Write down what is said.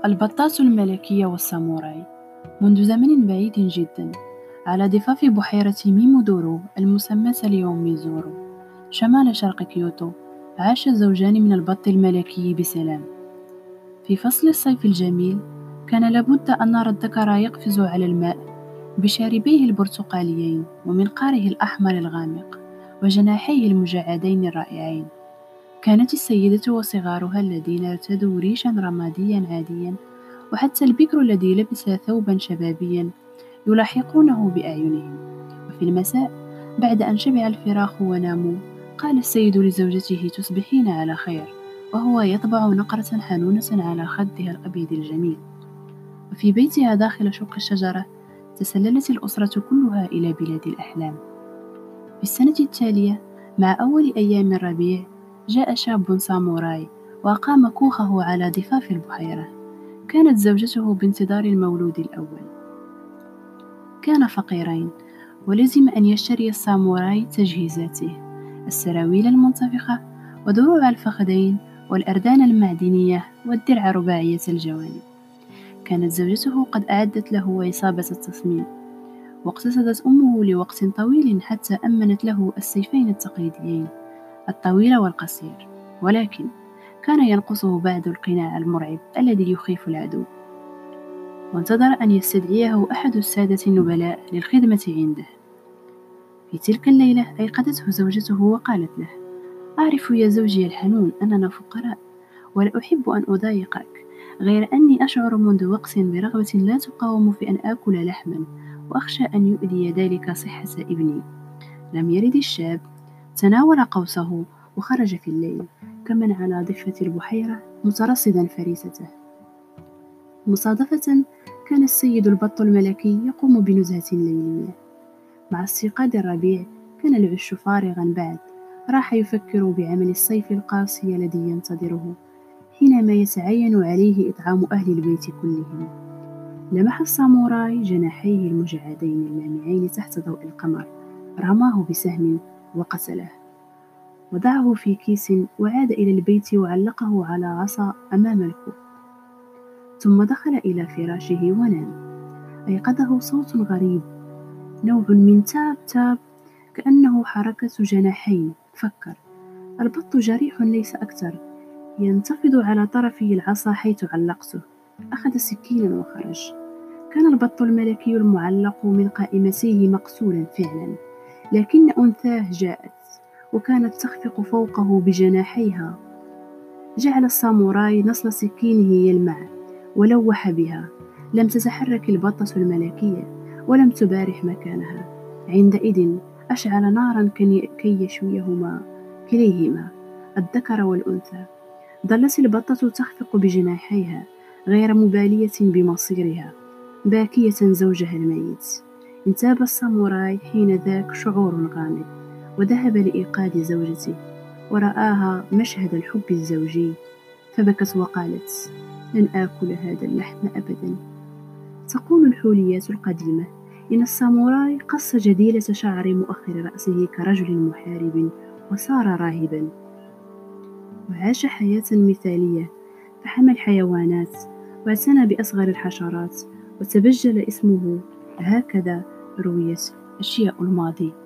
البطاطا الملكية والساموراي. منذ زمن بعيد جدا، على ضفاف بحيرة ميمودورو المسماة اليوم ميزورو شمال شرق كيوتو، عاش زوجان من البط الملكي بسلام. في فصل الصيف الجميل، كان لابد أن نرى الذكر يقفز على الماء بشاربيه البرتقاليين ومنقاره الأحمر الغامق وجناحيه المجعدين الرائعين. كانت السيدة وصغارها الذين ارتدوا ريشا رماديا عاديا، وحتى البكر الذي لبس ثوبا شبابيا، يلاحقونه بأعينهم. وفي المساء، بعد أن شبع الفراخ وناموا، قال السيد لزوجته: تصبحين على خير، وهو يطبع نقرة حنونة على خدها الأبيض الجميل. وفي بيتها داخل شق الشجرة، تسللت الأسرة كلها إلى بلاد الأحلام. في السنة التالية، مع أول أيام الربيع، جاء شاب ساموراي وأقام كوخه على ضفاف البحيرة. كانت زوجته بانتظار المولود الأول. كان فقيرين، ولزم أن يشتري الساموراي تجهيزاته: السراويل المنتفخة، ودروع الفخذين، والأردان المعدنية، والدرع رباعية الجوانب. كانت زوجته قد أعدت له عصابة التصميم، واقتصدت أمه لوقت طويل حتى أمنت له السيفين التقليديين، الطويل والقصير. ولكن كان ينقصه بعض القناع المرعب الذي يخيف العدو، وانتظر أن يستدعيه أحد السادة النبلاء للخدمة عنده. في تلك الليلة أيقظته زوجته وقالت له: أعرف يا زوجي الحنون أننا فقراء، ولا أحب أن أضايقك، غير أني أشعر منذ وقت برغبة لا تقاوم في أن آكل لحما، وأخشى أن يؤذي ذلك صحة ابني. لم يرد الشاب، تناول قوسه وخرج في الليل، كمن على ضفة البحيرة مترصدا فريسته. مصادفة، كان السيد البط الملكي يقوم بنزهة ليلية. مع استيقاظ الربيع، كان العش فارغا بعد. راح يفكر بعمل الصيف القاسي الذي ينتظره، حينما يتعين عليه إطعام أهل البيت كلهم. لمح الساموراي جناحيه المجعدين اللامعين تحت ضوء القمر، رماه بسهم وقتله. وضعه في كيس وعاد إلى البيت وعلقه على عصا أمام الكوخ، ثم دخل إلى فراشه ونام. أيقظه صوت غريب، نوع من تاب تاب، كأنه حركة جناحين. فكر: البط جريح ليس أكثر، ينتفض على طرفه العصا حيث علقته. أخذ سكينا وخرج. كان البط الملكي المعلق من قائمته مقتولا فعلا، لكن أنثاه جاءت وكانت تخفق فوقه بجناحيها. جعل الساموراي نصل سكينه يلمع ولوح بها. لم تتحرك البطة الملكية، ولم تبارح مكانها. عندئذ أشعل نارا كي يشويهما كليهما، الذكر والأنثى. ظلت البطة تخفق بجناحيها، غير مبالية بمصيرها، باكية زوجها الميت. انتاب الساموراي حين ذاك شعور غامض، وذهب لإيقاظ زوجته، ورآها مشهد الحب الزوجي، فبكت وقالت: لن آكل هذا اللحم أبدا. تقول الحوليات القديمة إن الساموراي قص جديلة شعر مؤخر رأسه كرجل محارب، وصار راهبا، وعاش حياة مثالية، فحمى الحيوانات، واعتنى بأصغر الحشرات، وتبجل اسمه. هكذا رويت أشياء الماضي.